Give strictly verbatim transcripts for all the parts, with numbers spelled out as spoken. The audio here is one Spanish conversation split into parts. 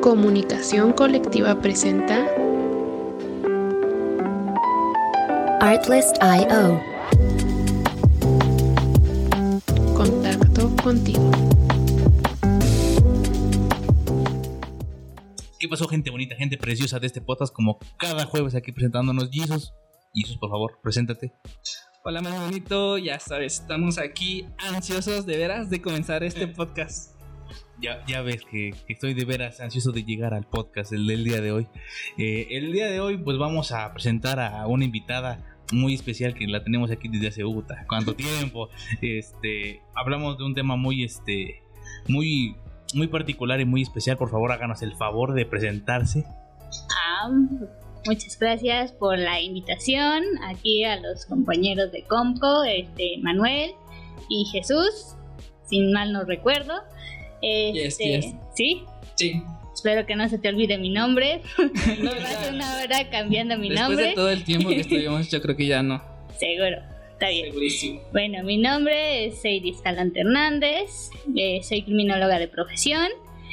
Comunicación Colectiva presenta Artlist punto i o. Contacto contigo. ¿Qué pasó, gente bonita, gente preciosa de este podcast? Como cada jueves aquí presentándonos, Jesus. Jesus, por favor, preséntate. Hola, más bonito, ya sabes, estamos aquí ansiosos de veras de comenzar este podcast. Ya, ya ves que, que estoy de veras ansioso de llegar al podcast el del día de hoy. Eh, el día de hoy pues vamos a presentar a una invitada muy especial que la tenemos aquí desde hace uh, cuánto tiempo. Este, hablamos de un tema muy este muy muy particular y muy especial. Por favor, háganos el favor de presentarse. Ah, muchas gracias por la invitación aquí a los compañeros de Comco, este Manuel y Jesús, sin mal no recuerdo. Este, yes, yes. ¿Sí? Sí. Espero que no se te olvide mi nombre. No hace una hora cambiando mi Después nombre. Después de todo el tiempo que estuvimos, yo creo que ya no. Seguro, está bien. Segurísimo. Bueno, mi nombre es Heidi Escalante Hernández, eh, soy criminóloga de profesión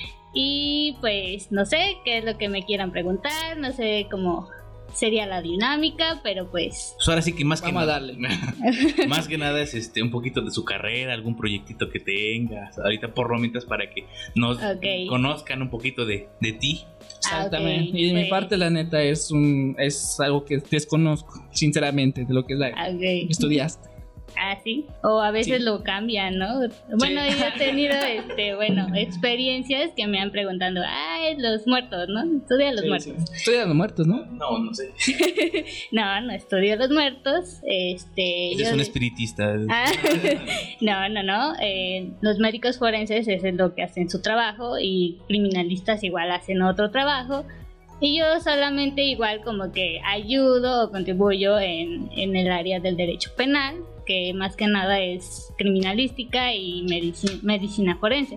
y pues no sé qué es lo que me quieran preguntar, no sé cómo sería la dinámica, pero pues... Pues ahora sí que más Vamos que a nada, darle. más que nada es este un poquito de su carrera, algún proyectito que tengas, ahorita por lo mientras para que nos okay. conozcan un poquito de, de ti. Exactamente. Ah, okay. Y de pues... mi parte, la neta, es un es algo que desconozco, sinceramente, de lo que es la okay. estudiaste. Ah, sí, o a veces sí. lo cambian, ¿no? Bueno, sí. yo he tenido, este, bueno, experiencias que me han preguntado, ay, los muertos, ¿no? Estudia los sí, muertos. Sí. Estudia los muertos, ¿no? No, no sé. No, no estudio los muertos, este... Eres yo... un espiritista. Ah, no, no, no, eh, los médicos forenses es lo que hacen su trabajo y criminalistas igual hacen otro trabajo. Y yo solamente igual como que ayudo o contribuyo en, en el área del derecho penal, que más que nada es criminalística y medicina, medicina forense.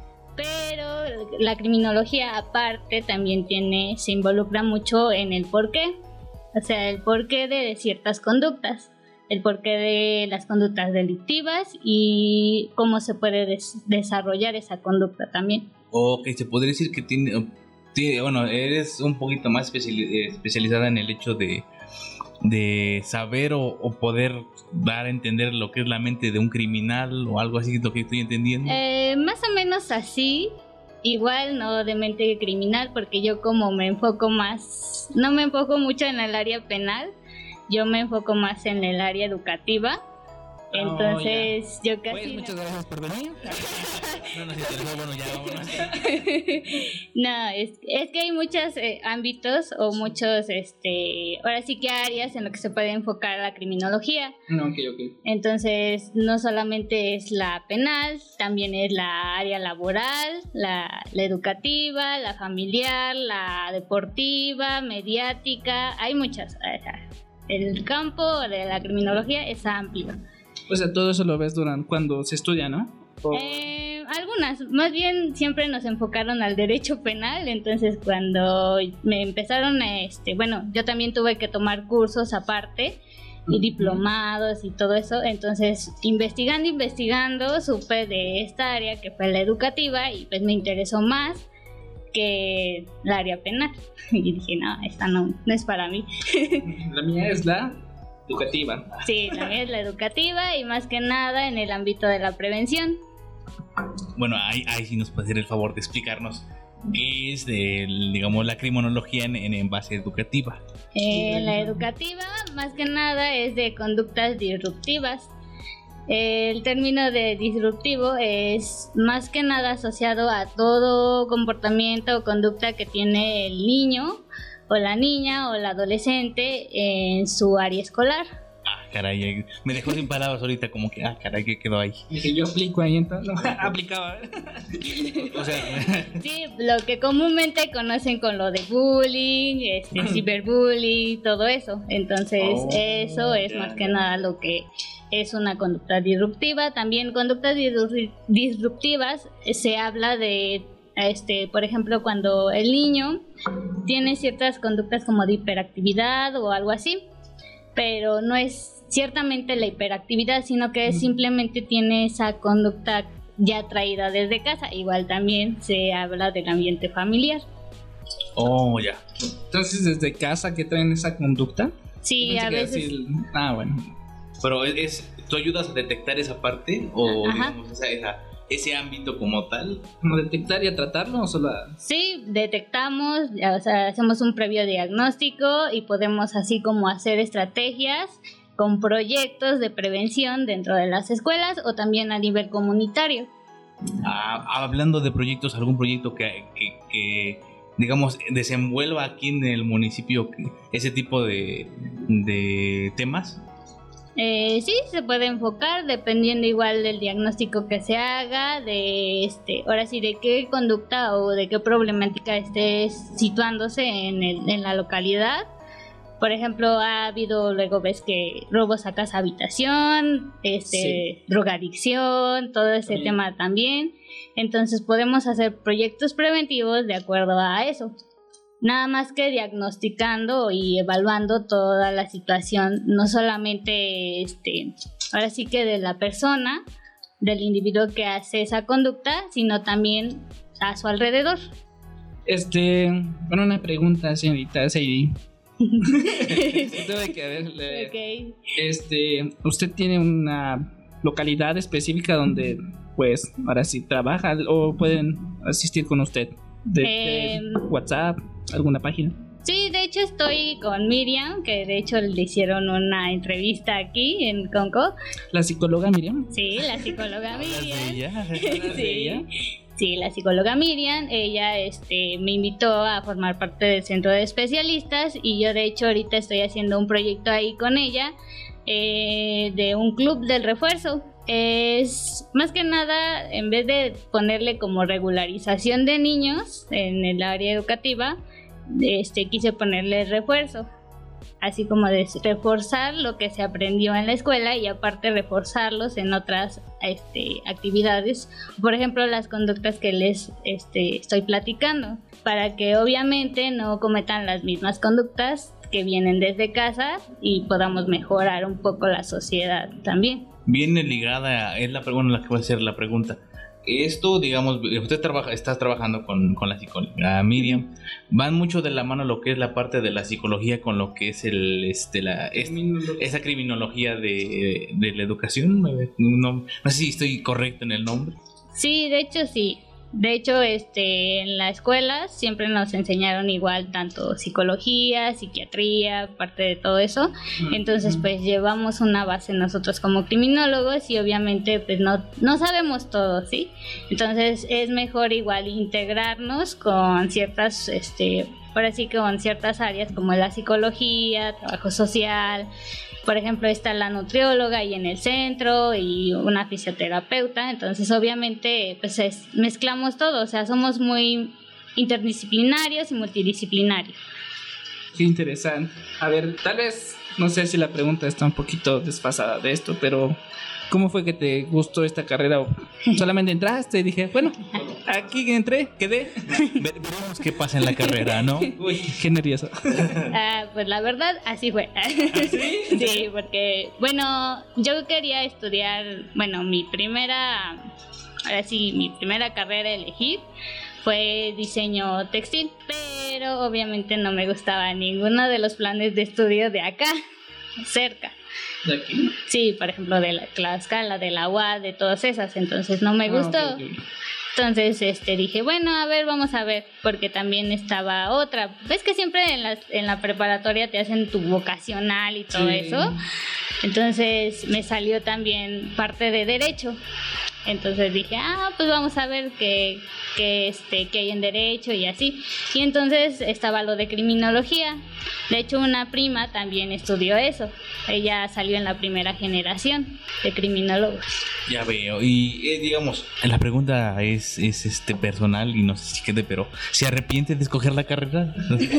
Pero la criminología aparte también tiene, se involucra mucho en el porqué, o sea, el porqué de ciertas conductas, el porqué de las conductas delictivas y cómo se puede des- desarrollar esa conducta también. Ok, se podría decir que tiene... Bueno, eres un poquito más especiali- especializada en el hecho de, de saber o, o poder dar a entender lo que es la mente de un criminal o algo así, es lo que estoy entendiendo. Eh, más o menos así, igual no de mente criminal, porque yo como me enfoco más, no me enfoco mucho en el área penal, yo me enfoco más en el área educativa. Entonces, oh, yo casi... Pues, muchas no... gracias por venir. No nos interesó, bueno, ya vámonos. No, es, es que hay muchos eh, ámbitos o muchos, este, ahora sí que áreas en lo que se puede enfocar la criminología. No, ok, ok. Entonces, no solamente es la penal, también es la área laboral, la, la educativa, la familiar, la deportiva, mediática, hay muchas. El campo de la criminología es amplio. O sea, todo eso lo ves durante cuando se estudia, ¿no? O... Eh, algunas, más bien siempre nos enfocaron al derecho penal, entonces cuando me empezaron, este, bueno, yo también tuve que tomar cursos aparte y diplomados y todo eso, entonces investigando, investigando, supe de esta área que fue la educativa y pues me interesó más que la área penal y dije, no, esta no, no es para mí. La mía es la educativa. Sí, la mía es la educativa y más que nada en el ámbito de la prevención. Bueno, ahí, ahí sí nos puede hacer el favor de explicarnos qué es, de, digamos, la criminología en, en, en base educativa. Eh, la educativa más que nada es de conductas disruptivas. El término de disruptivo es más que nada asociado a todo comportamiento o conducta que tiene el niño o la niña o la adolescente en su área escolar. Ah, caray, me dejó sin palabras ahorita, como que, ah, caray, ¿qué quedó ahí? Dije, yo aplico ahí, entonces, no, aplicaba. O sea... Sí, lo que comúnmente conocen con lo de bullying, este, ciberbullying, todo eso. Entonces, oh, eso es ya, más que ya. nada lo que es una conducta disruptiva. También conductas disruptivas, se habla de... Este, por ejemplo, cuando el niño tiene ciertas conductas como de hiperactividad o algo así, pero no es ciertamente la hiperactividad, sino que simplemente tiene esa conducta ya traída desde casa. Igual también se habla del ambiente familiar. Oh, ya. Entonces, desde casa que traen esa conducta. Sí, Pensé a que veces. así- ah, bueno. Pero es, es- ¿tú ayudas a detectar esa parte o Ajá. digamos esa, esa- ese ámbito como tal? ¿Cómo detectar y a tratarlo o solo a- Sí, detectamos, o sea, hacemos un previo diagnóstico y podemos así como hacer estrategias con proyectos de prevención dentro de las escuelas o también a nivel comunitario. Ah, hablando de proyectos, algún proyecto que, que, que, digamos, desenvuelva aquí en el municipio que- ese tipo de, de temas. Eh, sí, se puede enfocar dependiendo igual del diagnóstico que se haga, de este, ahora sí, de qué conducta o de qué problemática esté situándose en, el, en la localidad. Por ejemplo, ha habido, luego ves que robos a casa habitación, este, Sí. drogadicción, todo ese También. tema también. Entonces podemos hacer proyectos preventivos de acuerdo a eso. Nada más que diagnosticando y evaluando toda la situación, no solamente este, ahora sí que de la persona, del individuo que hace esa conducta, sino también a su alrededor. Este, bueno, una pregunta, señorita Seidi. Tuve que ver, le- Ok. Este, ¿usted tiene una localidad específica donde, pues, ahora sí trabaja o pueden asistir con usted? De, de Em. WhatsApp, alguna página. Sí, de hecho estoy con Miriam, que de hecho le hicieron una entrevista aquí en Conco. La psicóloga Miriam. Sí, la psicóloga Miriam. Ya. Sí. Sí, la psicóloga Miriam, ella este, me invitó a formar parte del centro de especialistas y yo de hecho ahorita estoy haciendo un proyecto ahí con ella eh, de un club del refuerzo. Es más que nada, en vez de ponerle como regularización de niños en el área educativa, este, quise ponerle refuerzo. Así como de reforzar lo que se aprendió en la escuela y aparte reforzarlos en otras este, actividades, por ejemplo las conductas que les este, estoy platicando, para que obviamente no cometan las mismas conductas que vienen desde casa y podamos mejorar un poco la sociedad también. Viene ligada, es la pregunta la que voy a hacer la pregunta. Esto, digamos, usted trabaja, está trabajando con, con la psicóloga Miriam, van mucho de la mano lo que es la parte de la psicología con lo que es el, este, la, es- esa criminología de, de la educación. No, no sé si estoy correcto en el nombre. Sí, de hecho sí. De hecho, este, en la escuela siempre nos enseñaron igual tanto psicología, psiquiatría, parte de todo eso. Entonces, pues llevamos una base nosotros como criminólogos y obviamente pues no, no sabemos todo, ¿sí? Entonces es mejor igual integrarnos con ciertas, este, ahora sí que con ciertas áreas como la psicología, trabajo social. Por ejemplo, está la nutrióloga ahí en el centro y una fisioterapeuta. Entonces, obviamente, pues es- mezclamos todo. O sea, somos muy interdisciplinarios y multidisciplinarios. Qué interesante. A ver, tal vez, no sé si la pregunta está un poquito desfasada de esto, pero ¿cómo fue que te gustó esta carrera? ¿O solamente entraste y dije, bueno, aquí entré, quedé? Ve- Veremos qué pasa en la carrera, ¿no? Uy, qué nervioso. Ah, pues la verdad, así fue. Sí, porque, bueno, yo quería estudiar, bueno, mi primera, ahora sí, mi primera carrera a elegir fue diseño textil, pero obviamente no me gustaba ninguno de los planes de estudio de acá, cerca. De aquí. Sí, por ejemplo, de la Tlaxcala, de la U A, de todas esas, entonces no me Ah, gustó. ok, ok. Entonces este, dije, bueno, a ver, vamos a ver, porque también estaba otra. ¿Ves que siempre en la, en la preparatoria te hacen tu vocacional y todo Sí. eso? Entonces me salió también parte de derecho. Entonces dije, ah, pues vamos a ver qué, qué, este, qué hay en derecho y así. Y entonces estaba lo de criminología. De hecho, una prima también estudió eso. Ella salió en la primera generación de criminólogos. Ya veo. Y eh, digamos, la pregunta es, es este personal y no sé si quede, pero ¿se arrepiente de escoger la carrera?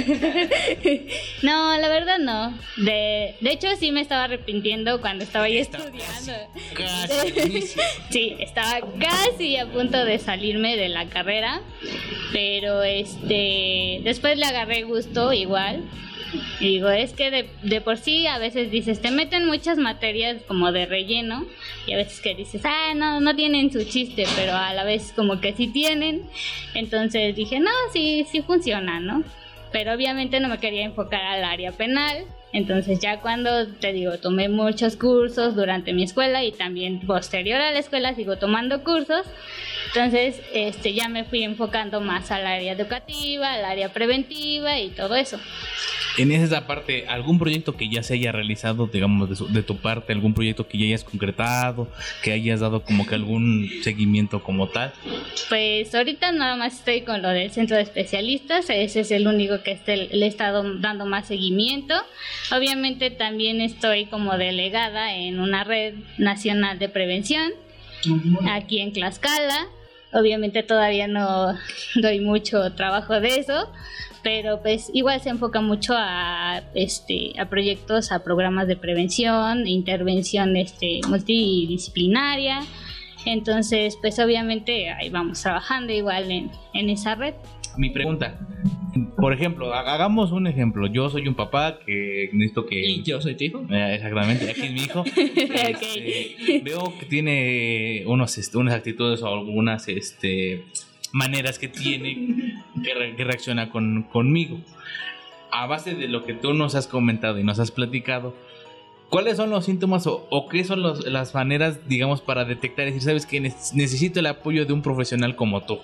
No, la verdad no. De, de hecho, sí me estaba arrepintiendo cuando estaba ahí estudiando. Casi. Sí, estaba casi a punto de salirme de la carrera, pero este después le agarré gusto igual. Y digo, es que de, de por sí a veces dices, te meten muchas materias como de relleno y a veces que dices, ah, no, no tienen su chiste, pero a la vez como que sí tienen. Entonces dije, no, sí, sí funciona, ¿no? pero obviamente no me quería enfocar al área penal. Entonces ya cuando, te digo, tomé muchos cursos durante mi escuela y también posterior a la escuela sigo tomando cursos. Entonces este, ya me fui enfocando más al área educativa, al área preventiva y todo eso. En esa parte, ¿algún proyecto que ya se haya realizado, digamos, de, su, de tu parte, algún proyecto que ya hayas concretado, que hayas dado como que algún seguimiento como tal? Pues ahorita nada más estoy con lo del centro de especialistas, ese es el único que este, le he estado dando más seguimiento. Obviamente también estoy como delegada en una red nacional de prevención, aquí en Tlaxcala. Obviamente todavía no doy mucho trabajo de eso, pero pues igual se enfoca mucho a este a proyectos, a programas de prevención, intervención este multidisciplinaria. Entonces pues obviamente ahí vamos trabajando igual en, en esa red. Mi pregunta, por ejemplo, hagamos un ejemplo. Yo soy un papá que necesito que... ¿Y yo soy tu hijo? Eh, exactamente, aquí es mi hijo. Este, Okay. Veo que tiene unos, este, unas actitudes o algunas este, maneras que tiene que, re- que reacciona con, conmigo. A base de lo que tú nos has comentado y nos has platicado, ¿cuáles son los síntomas o, o qué son los, las maneras, digamos, para detectar y decir, sabes que ne- necesito el apoyo de un profesional como tú?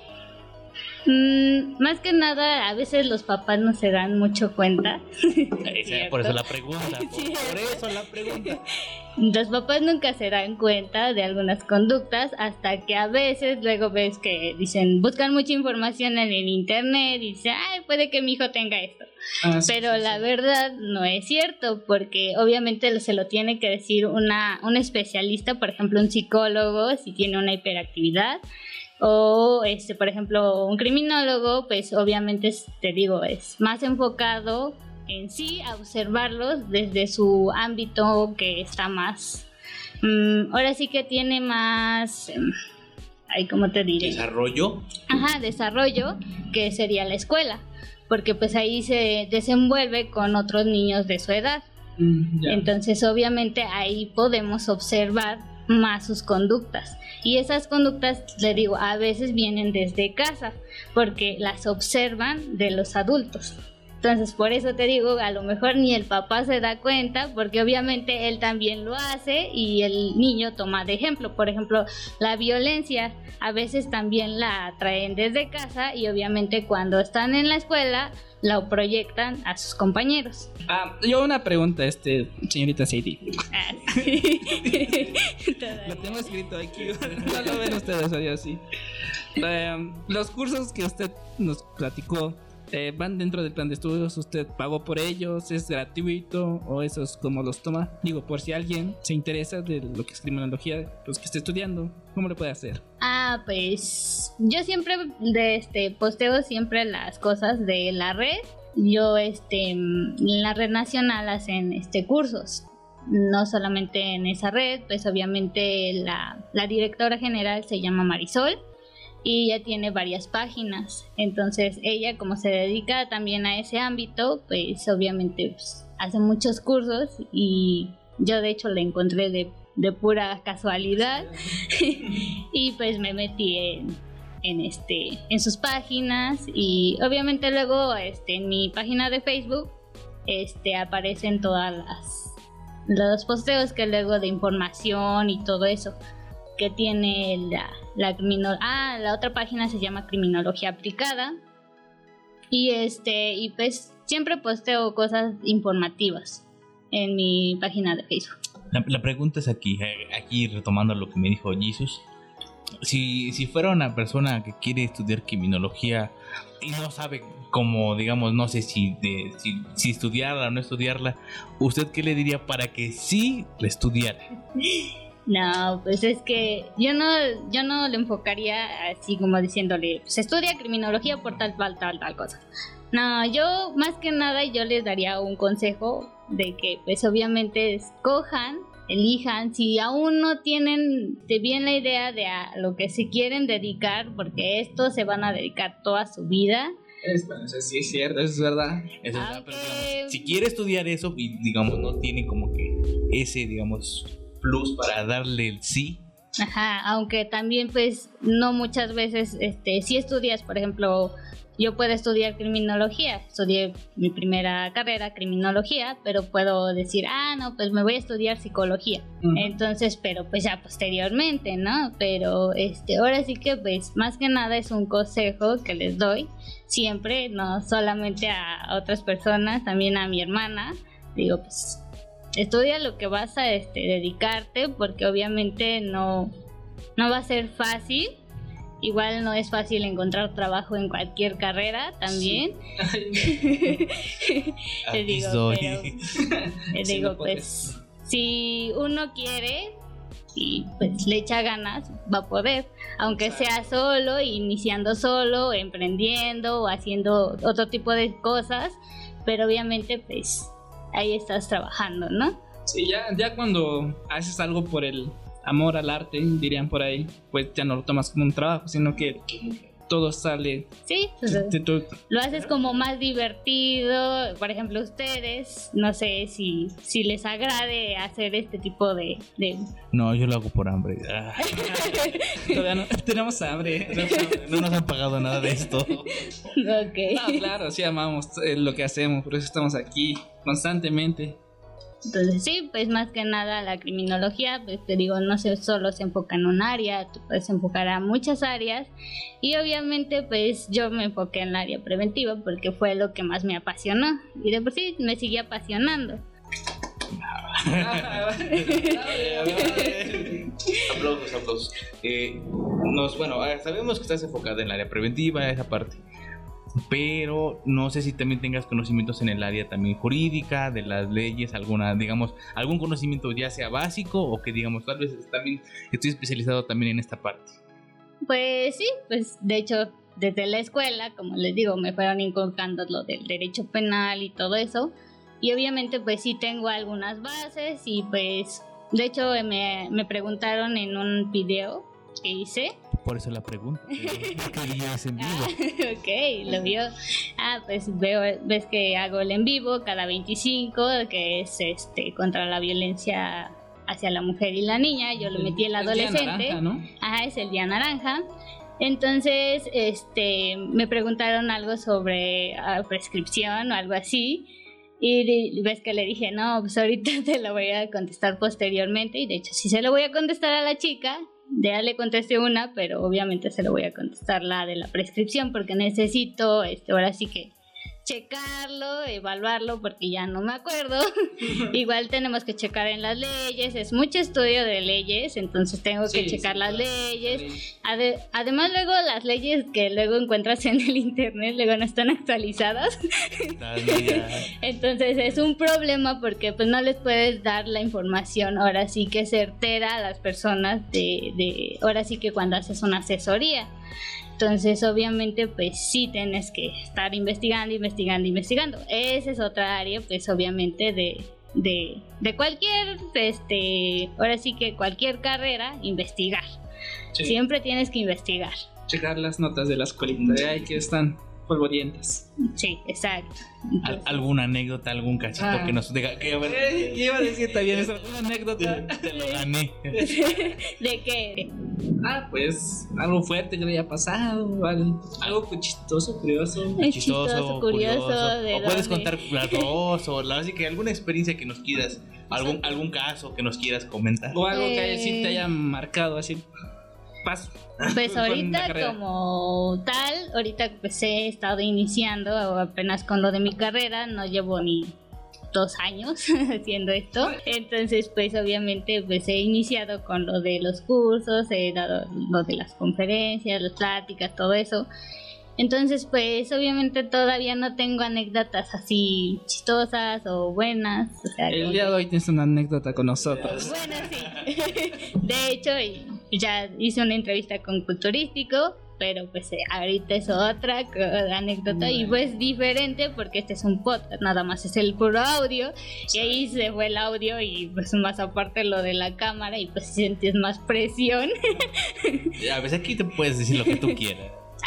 Mm, más que nada, a veces los papás no se dan mucho cuenta. Esa- por eso la pregunta, por, Sí. por eso la pregunta. Los papás nunca se dan cuenta de algunas conductas hasta que a veces luego ves que dicen, buscan mucha información en el internet y dicen, ay, puede que mi hijo tenga esto. Ah, sí, Pero sí, la sí. verdad no es cierto, porque obviamente se lo tiene que decir una, un especialista, por ejemplo un psicólogo si tiene una hiperactividad, o este por ejemplo un criminólogo, pues obviamente es, te digo, es más enfocado en sí a observarlos desde su ámbito que está más, mmm, ahora sí que tiene más, um, ay, ¿cómo te diré? ¿Desarrollo? Ajá, desarrollo, que sería la escuela, porque pues ahí se desenvuelve con otros niños de su edad. Mm, ya. Entonces obviamente ahí podemos observar más sus conductas, y esas conductas, le digo, a veces vienen desde casa porque las observan de los adultos. Entonces por eso te digo, a lo mejor ni el papá se da cuenta, porque obviamente él también lo hace y el niño toma de ejemplo. Por ejemplo, la violencia a veces también la traen desde casa, y obviamente cuando están en la escuela la proyectan a sus compañeros. Ah, yo una pregunta, este, señorita Sadie. Ah, sí. Lo tengo escrito aquí. No lo ven ustedes, yo sí. Eh, los cursos que usted nos platicó, eh, ¿van dentro del plan de estudios? ¿Usted pagó por ellos? ¿Es gratuito? ¿O eso es como los toma? Digo, por si alguien se interesa de lo que es criminología, pues que esté estudiando, ¿cómo lo puede hacer? Ah, pues yo siempre de este posteo siempre las cosas de la red. Yo este en la red nacional hacen este cursos. No solamente en esa red, pues obviamente la, la directora general se llama Marisol y ella tiene varias páginas. Entonces ella, como se dedica también a ese ámbito, pues obviamente pues, hace muchos cursos, y yo de hecho la encontré de, de pura casualidad y pues me metí en, en, este, en sus páginas, y obviamente luego este, en mi página de Facebook este, aparecen todas las los posteos que luego de información y todo eso que tiene la, la criminol ah la otra página se llama Criminología Aplicada, y este y pues siempre posteo cosas informativas en mi página de Facebook. La, la pregunta es aquí, eh, aquí retomando lo que me dijo Jesus. Si, si fuera una persona que quiere estudiar criminología y no sabe cómo, digamos, no sé si, de, si, si estudiarla o no estudiarla, ¿usted qué le diría para que sí la estudiara? No, pues es que yo no, yo no le enfocaría así como diciéndole, pues estudia criminología por tal, tal, tal, tal cosa. No, yo más que nada yo les daría un consejo de que pues obviamente escojan, elijan, si aún no tienen de bien la idea de a lo que se quieren dedicar, porque esto se van a dedicar toda su vida. Es, bueno, eso sí es cierto, eso es verdad. Eso es Ah, verdad, pero ok. digamos, si quiere estudiar eso y digamos no tiene como que ese, digamos, plus para darle el sí, Ajá, aunque también pues no muchas veces, este, si estudias, por ejemplo, yo puedo estudiar criminología, estudié mi primera carrera, criminología, pero puedo decir, ah, no, pues me voy a estudiar psicología. Uh-huh. Entonces, pero pues ya posteriormente, ¿no? Pero este, ahora sí que pues más que nada es un consejo que les doy siempre, no solamente a otras personas, también a mi hermana, digo, pues estudia lo que vas a este, dedicarte, porque obviamente no, no va a ser fácil. Igual no es fácil encontrar trabajo en cualquier carrera también. Sí. Te digo, soy. pero, te digo no pues si uno quiere y pues le echa ganas, va a poder, aunque sea solo, iniciando solo, emprendiendo o haciendo otro tipo de cosas, pero obviamente pues ahí estás trabajando, ¿no? Sí, ya, ya cuando haces algo por el amor al arte, dirían por ahí, pues ya no lo tomas como un trabajo, sino que todo sale. Sí, pues, de, de, lo haces como más divertido. Por ejemplo, ustedes, no sé si, si les agrade hacer este tipo de, de... No, yo lo hago por hambre. Ah. Todavía no tenemos hambre. No, no nos han pagado nada de esto. Okay. No, claro, sí amamos lo que hacemos, por eso estamos aquí constantemente. Entonces sí, pues más que nada la criminología, pues te digo, no se, solo se enfoca en un área, tú puedes enfocar a muchas áreas, y obviamente pues yo me enfoqué en el área preventiva porque fue lo que más me apasionó, y de por sí me sigue apasionando. Aplausos, aplausos. Eh, nos, bueno, sabemos que estás enfocada en el área preventiva, esa parte. Pero no sé si también tengas conocimientos en el área también jurídica, de las leyes, alguna, digamos, algún conocimiento ya sea básico o que digamos, tal vez también estoy especializado también en esta parte. Pues sí, pues de hecho desde la escuela, como les digo, me fueron inculcando lo del derecho penal y todo eso, y obviamente pues sí tengo algunas bases y pues de hecho me, me preguntaron en un video que hice. Por eso la pregunta. ¿Qué día es en vivo? Ah, ok, lo vio. Ah, pues veo, ves que hago el en vivo cada veinticinco, que es este contra la violencia hacia la mujer y la niña. Yo lo metí el adolescente. Es día naranja, ¿no? Ajá, es el día naranja. Entonces, este, me preguntaron algo sobre uh, prescripción o algo así. Y ves que le dije, no, pues ahorita te lo voy a contestar posteriormente. Y de hecho sí se lo voy a contestar a la chica. Ya le contesté una, pero obviamente se lo voy a contestar la de la prescripción porque necesito, este, ahora sí que checarlo, evaluarlo porque ya no me acuerdo. Igual tenemos que checar en las leyes, es mucho estudio de leyes, entonces tengo sí, que checar sí, las leyes. Sí. Ade- además luego las leyes que luego encuentras en el internet luego no están actualizadas. Entonces es un problema porque pues no les puedes dar la información ahora sí que certera a las personas de, de ahora sí que cuando haces una asesoría. Entonces obviamente pues sí tienes que estar investigando, investigando, investigando. Esa es otra área pues obviamente de, de, de cualquier, este, ahora sí que cualquier carrera, investigar. Sí. Siempre tienes que investigar. Checar las notas de la escuelita, de ahí que están polvorientas. Sí, exacto. Al, ¿Alguna anécdota, algún cachito ah. que nos diga? Que, a ver, eh, iba a decir también eso, una anécdota. Te, te lo gané. ¿De qué? Ah, pues algo fuerte que le haya pasado, algo, algo chistoso, curioso. Chistoso, chistoso curioso. curioso ¿De o dónde? Puedes contar las dos, o la, así que alguna experiencia que nos quieras, algún, algún caso que nos quieras comentar. O algo que sí te haya marcado así. Paso. Pues ahorita como tal, ahorita pues he estado iniciando apenas con lo de mi carrera, no llevo ni dos años haciendo esto, entonces pues obviamente pues he iniciado con lo de los cursos, he dado lo de las conferencias, las pláticas, todo eso. Entonces pues obviamente todavía no tengo anécdotas así chistosas o buenas, o sea, el día de hoy tienes una anécdota con nosotros. Bueno, sí. De hecho ya hice una entrevista con Culturístico, pero pues eh, ahorita es otra anécdota y pues diferente porque este es un podcast, nada más es el puro audio y ahí se fue el audio y pues más aparte lo de la cámara y pues sientes más presión. A veces aquí te puedes decir lo que tú quieras.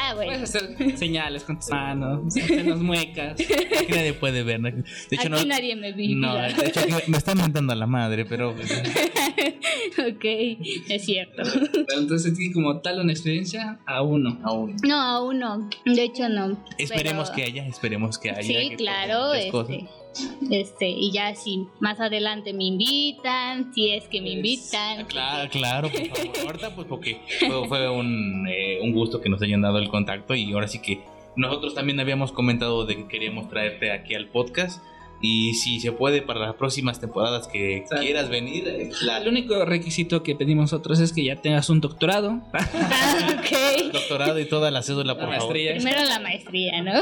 Ah, bueno. Puedes hacer señales con tus manos, hacernos muecas. Aquí nadie puede ver. ¿no? De hecho, aquí no, nadie me vigila. no, de hecho, aquí me están mentando a la madre, pero. Ok, es cierto. Pero entonces, sí, como tal, una experiencia, aún no. Aún. No, aún no. De hecho, no. Esperemos pero... que haya, esperemos que haya. Sí, que claro. pasen muchas Este, cosas. este, y ya si más adelante me invitan, si es que me Es- invitan. Claro, claro, por favor. Ahorita, pues, porque fue, fue un, eh, un gusto que nos hayan dado el contacto. Y ahora sí que nosotros también habíamos comentado de que queríamos traerte aquí al podcast. Y si se puede para las próximas temporadas que Exacto. quieras venir, eh, El la, único requisito que pedimos nosotros es que ya tengas un doctorado. Ah, ok. doctorado y toda la cédula, por La favor. maestría. Primero la maestría, ¿no?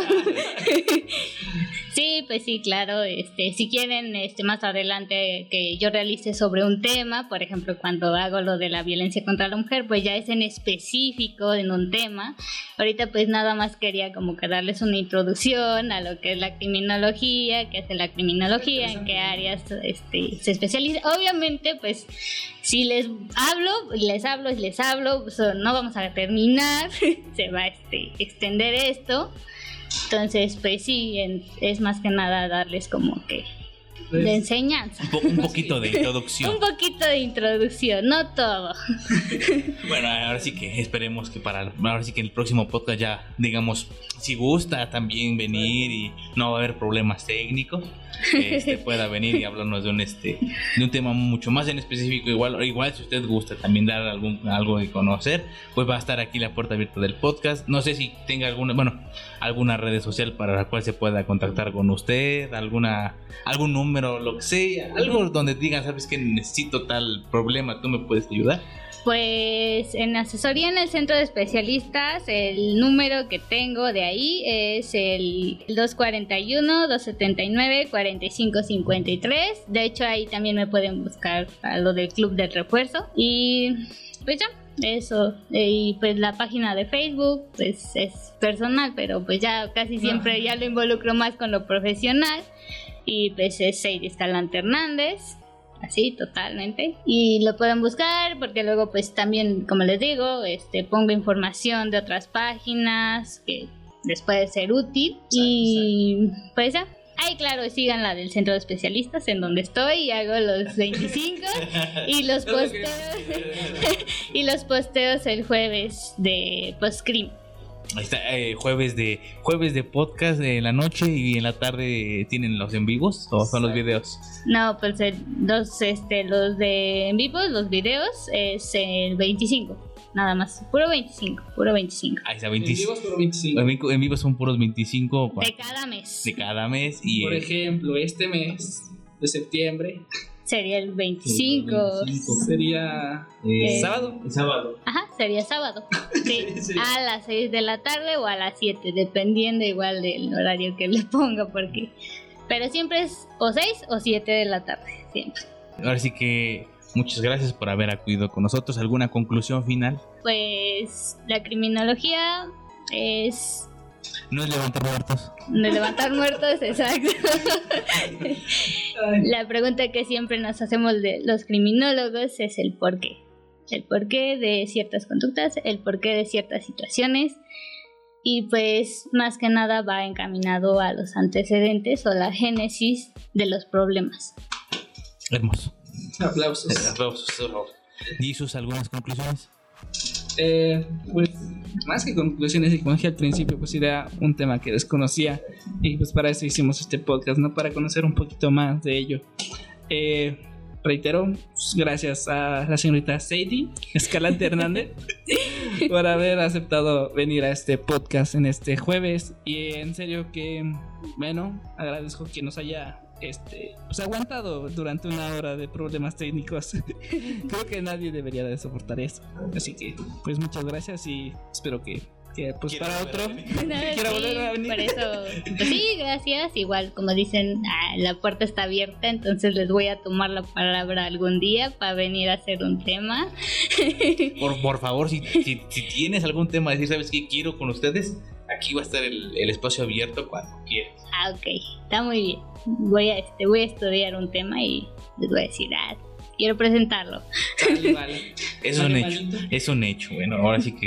Sí, pues sí, claro. Este, si quieren, este, más adelante que yo realice sobre un tema, por ejemplo, cuando hago lo de la violencia contra la mujer, pues ya es en específico en un tema. Ahorita, pues nada más quería como que darles una introducción a lo que es la criminología, qué hace la criminología, en qué áreas, este, se especializa. Obviamente, pues si les hablo, les hablo y les hablo, pues, no vamos a terminar, se va a este, extender esto. Entonces, pues sí, en- es más que nada darles como que de enseñanza. Un, po- un poquito de introducción. Un poquito de introducción, no todo. Bueno, ahora sí que esperemos que para ahora sí que en el próximo podcast ya digamos si gusta también venir y no va a haber problemas técnicos, este pueda venir y hablarnos de un este de un tema mucho más en específico. Igual igual si usted gusta también dar algún algo de conocer, pues va a estar aquí la puerta abierta del podcast. No sé si tenga alguna, bueno, alguna red social para la cual se pueda contactar con usted, alguna algún número, lo que sea, algo donde digan, sabes que necesito tal problema, tú me puedes ayudar. Pues en asesoría en el centro de especialistas, el número que tengo de ahí es el dos cuatro uno, dos siete nueve, cuatro cinco cinco tres. De hecho, ahí también me pueden buscar a lo del Club del Refuerzo. Y pues ya, eso. Y pues la página de Facebook pues es personal, pero pues ya casi siempre ya lo involucro más con lo profesional. Y pues es Sadie Escalante Hernández. Así, totalmente. Y lo pueden buscar porque luego pues también, como les digo, este pongo información de otras páginas que les puede ser útil. Y pues ya. Ay, claro, sigan la del centro de especialistas en donde estoy y hago los veinticinco y los posteos y los posteos el jueves de Postcrim. Ahí está, eh, jueves de jueves de podcast en la noche y en la tarde tienen los en vivos o son los videos. No, pues el- los este los de en vivo, los videos es el veinticinco, nada más, puro veinticinco, puro veinticinco Ahí está, En veinticinco. vivos por veinticinco. En vivo- en vivo son puros veinticinco cua- de cada mes. de cada mes y Por eh, ejemplo, este mes de septiembre Sería el veinticinco. sería eh, sábado. sábado. Ajá, sería sábado. Sí, Sí. a las seis de la tarde o a las siete, dependiendo igual del horario que le ponga, porque pero siempre es o seis o siete de la tarde, siempre. Ahora sí que muchas gracias por haber acudido con nosotros. ¿Alguna conclusión final? Pues la criminología es No es levantar muertos. de levantar muertos, exacto. La pregunta que siempre nos hacemos de los criminólogos es el por qué. El porqué de ciertas conductas, el porqué de ciertas situaciones. Y pues más que nada va encaminado a los antecedentes o la génesis de los problemas. Hermoso. Aplausos. Aplausos, aplausos. ¿Jesús, algunas conclusiones? Eh, pues más que conclusiones, y como dije al principio, pues era un tema que desconocía y pues para eso hicimos este podcast, ¿no? Para conocer un poquito más de ello. Eh, reitero, pues, gracias a la señorita Sadie Escalante Hernández por haber aceptado venir a este podcast en este jueves, y en serio que, bueno, agradezco que nos haya este, pues aguantado durante una hora de problemas técnicos. Creo que nadie debería de soportar eso. Así que, pues muchas gracias y espero que, que pues Quiero para volver a otro. venir. No, Quiero sí, volver a venir. por eso, pues sí, gracias. Igual, como dicen, ah, la puerta está abierta, entonces les voy a tomar la palabra algún día para venir a hacer un tema. Por, por favor, si, si, si tienes algún tema, decir, ¿sabes qué quiero con ustedes? Aquí va a estar el, el espacio abierto cuando quieras. Ah, ok, está muy bien. Voy a, este, voy a estudiar un tema y les voy a decir, ah, quiero presentarlo. Vale, vale. Es Vale, un hecho, malito. es un hecho. Bueno, ahora sí que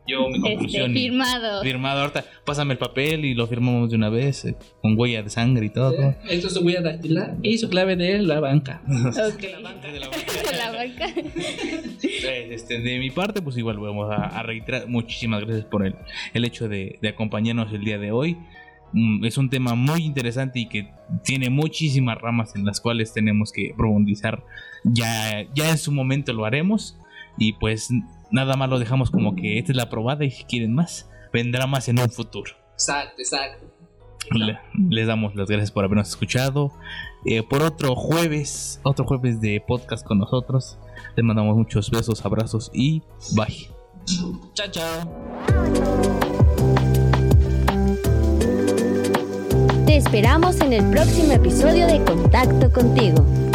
Yo, mi conclusión. Este, firmado. Firmado, ahorita pásame el papel y lo firmamos de una vez, eh, con huella de sangre y todo. Eh, Esto es su huella dactilar y su clave de la banca. Ok. De la banca, de la banca. La banca. Este, de mi parte, pues igual vamos a, a reiterar muchísimas gracias por el, el hecho de, de acompañarnos el día de hoy. Mm, es un tema muy interesante y que tiene muchísimas ramas en las cuales tenemos que profundizar. Ya, ya en su momento lo haremos y pues nada más lo dejamos como que esta es la probada y si quieren más, vendrá más en un futuro. Exacto, exacto. Le, les damos las gracias por habernos escuchado. Eh, por otro jueves, otro jueves de podcast con nosotros. Les mandamos muchos besos, abrazos y bye. Chao, chao. Te esperamos en el próximo episodio de Contacto Contigo.